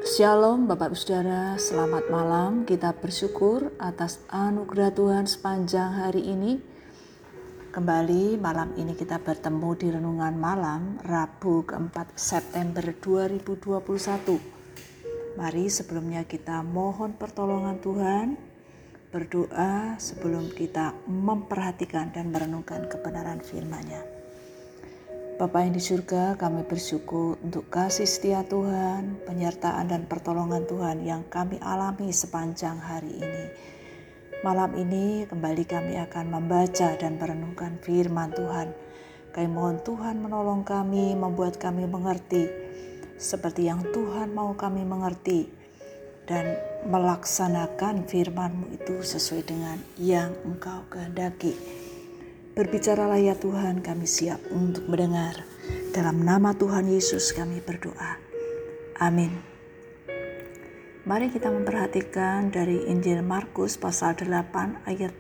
Shalom Bapak Ibu Saudara, selamat malam. Kita bersyukur atas anugerah Tuhan sepanjang hari ini. Kembali malam ini kita bertemu di renungan malam Rabu keempat September 2021. Mari sebelumnya kita mohon pertolongan Tuhan, berdoa sebelum kita memperhatikan dan merenungkan kebenaran firman-Nya. Bapa yang di surga, kami bersyukur untuk kasih setia Tuhan, penyertaan dan pertolongan Tuhan yang kami alami sepanjang hari ini. Malam ini kembali kami akan membaca dan merenungkan firman Tuhan. Kami mohon Tuhan menolong kami, membuat kami mengerti seperti yang Tuhan mau kami mengerti dan melaksanakan firman-Mu itu sesuai dengan yang Engkau kehendaki. Berbicaralah ya Tuhan, kami siap untuk mendengar. Dalam nama Tuhan Yesus kami berdoa. Amin. Mari kita memperhatikan dari Injil Markus pasal 8 ayat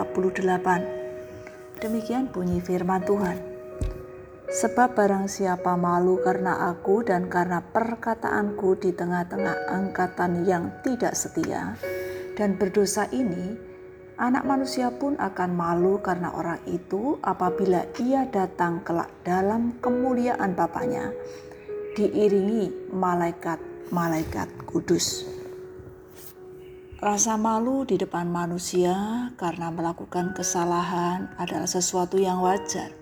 38. Demikian bunyi firman Tuhan. Sebab barang siapa malu karena aku dan karena perkataanku di tengah-tengah angkatan yang tidak setia dan berdosa ini, Anak manusia pun akan malu karena orang itu apabila ia datang kelak dalam kemuliaan Bapanya, diiringi malaikat-malaikat kudus. Rasa malu di depan manusia karena melakukan kesalahan adalah sesuatu yang wajar.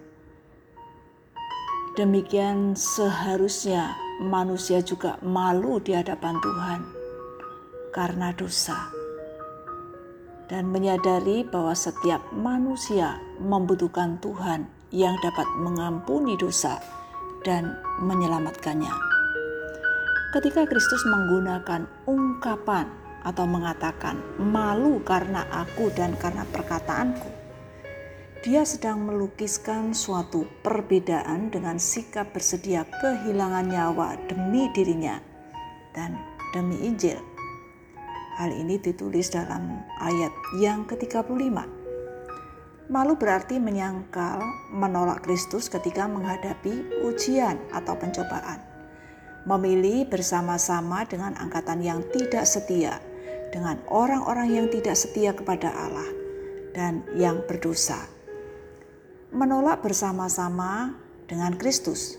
Demikian seharusnya manusia juga malu di hadapan Tuhan karena dosa. Dan menyadari bahwa setiap manusia membutuhkan Tuhan yang dapat mengampuni dosa dan menyelamatkannya. Ketika Kristus menggunakan ungkapan atau mengatakan malu karena aku dan karena perkataanku, Dia sedang melukiskan suatu perbedaan dengan sikap bersedia kehilangan nyawa demi dirinya dan demi Injil. Hal ini ditulis dalam ayat yang ke-35. Malu berarti menyangkal, menolak Kristus ketika menghadapi ujian atau pencobaan. Memilih bersama-sama dengan angkatan yang tidak setia, dengan orang-orang yang tidak setia kepada Allah dan yang berdosa. Menolak bersama-sama dengan Kristus.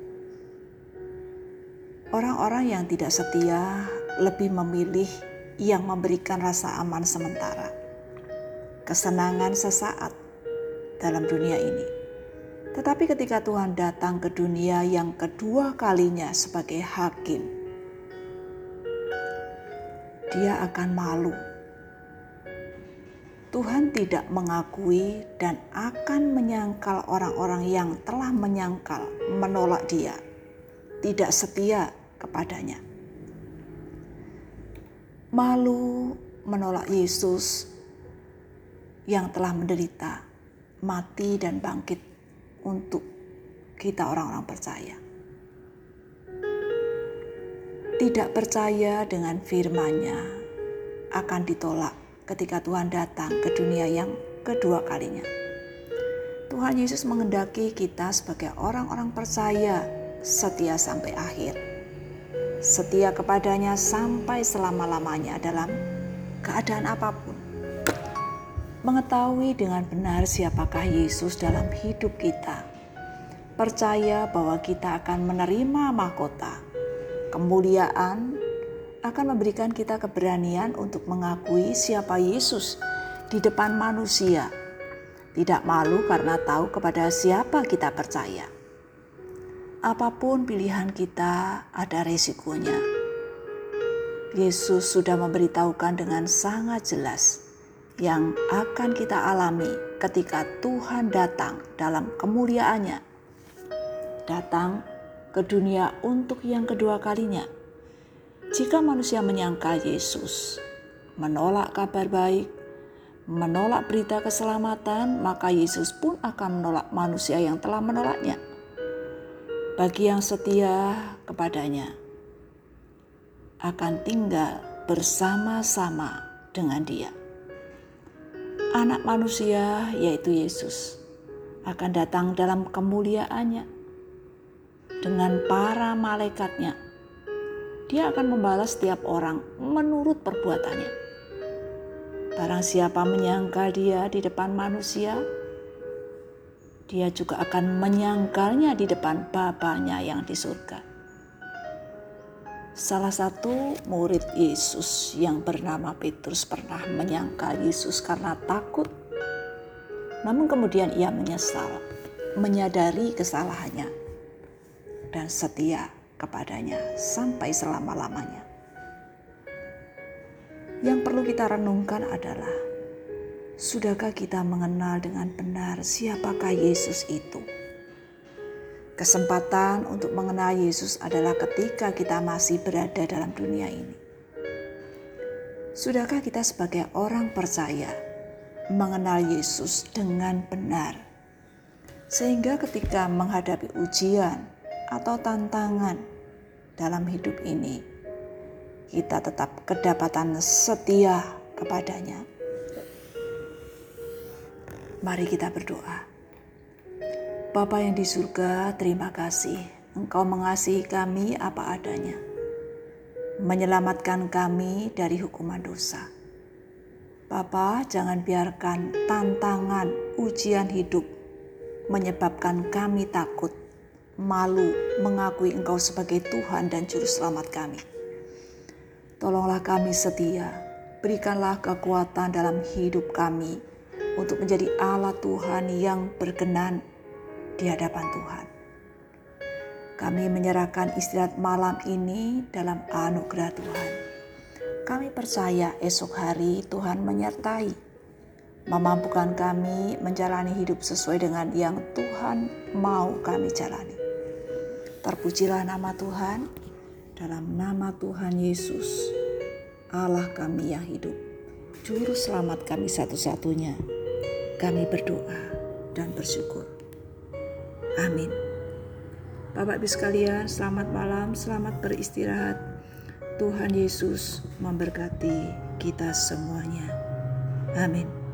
Orang-orang yang tidak setia lebih memilih yang memberikan rasa aman sementara, kesenangan sesaat dalam dunia ini. Tetapi ketika Tuhan datang ke dunia yang kedua kalinya sebagai hakim, Dia akan malu. Tuhan tidak mengakui dan akan menyangkal orang-orang yang telah menyangkal, menolak Dia, tidak setia kepadanya. Malu menolak Yesus yang telah menderita, mati dan bangkit untuk kita orang-orang percaya. Tidak percaya dengan firman-Nya akan ditolak ketika Tuhan datang ke dunia yang kedua kalinya. Tuhan Yesus menghendaki kita sebagai orang-orang percaya setia sampai akhir. Setia kepadanya sampai selama-lamanya dalam keadaan apapun. Mengetahui dengan benar siapakah Yesus dalam hidup kita. Percaya bahwa kita akan menerima mahkota. Kemuliaan akan memberikan kita keberanian untuk mengakui siapa Yesus di depan manusia. Tidak malu karena tahu kepada siapa kita percaya. Apapun pilihan kita ada resikonya. Yesus sudah memberitahukan dengan sangat jelas yang akan kita alami ketika Tuhan datang dalam kemuliaannya. Datang ke dunia untuk yang kedua kalinya. Jika manusia menyangkal Yesus, menolak kabar baik, menolak berita keselamatan, maka Yesus pun akan menolak manusia yang telah menolaknya. Bagi yang setia kepadanya, akan tinggal bersama-sama dengan Dia. Anak manusia, yaitu Yesus, akan datang dalam kemuliaannya dengan para malaikatnya Dia akan membalas setiap orang menurut perbuatannya. Barang siapa menyangkal dia di depan manusia, dia juga akan menyangkalnya di depan Bapanya yang di surga. Salah satu murid Yesus yang bernama Petrus pernah menyangkal Yesus karena takut. Namun kemudian ia menyesal, menyadari kesalahannya, dan setia kepadanya sampai selama-lamanya. Yang perlu kita renungkan adalah, sudahkah kita mengenal dengan benar siapakah Yesus itu? Kesempatan untuk mengenal Yesus adalah ketika kita masih berada dalam dunia ini. Sudahkah kita sebagai orang percaya mengenal Yesus dengan benar? Sehingga ketika menghadapi ujian atau tantangan dalam hidup ini, kita tetap kedapatan setia kepadanya. Mari kita berdoa. Bapa yang di surga, terima kasih Engkau mengasihi kami apa adanya, menyelamatkan kami dari hukuman dosa. Bapa, jangan biarkan tantangan, ujian hidup menyebabkan kami takut, malu mengakui Engkau sebagai Tuhan dan Juru Selamat kami. Tolonglah kami setia, berikanlah kekuatan dalam hidup kami untuk menjadi alat Tuhan yang berkenan di hadapan Tuhan. Kami menyerahkan istirahat malam ini dalam anugerah Tuhan. Kami percaya esok hari Tuhan menyertai, memampukan kami menjalani hidup sesuai dengan yang Tuhan mau kami jalani. Terpujilah nama Tuhan, dalam nama Tuhan Yesus, Allah kami yang hidup, Juru Selamat kami satu-satunya. Kami berdoa dan bersyukur. Amin. Bapak Ibu sekalian, selamat malam, selamat beristirahat. Tuhan Yesus memberkati kita semuanya. Amin.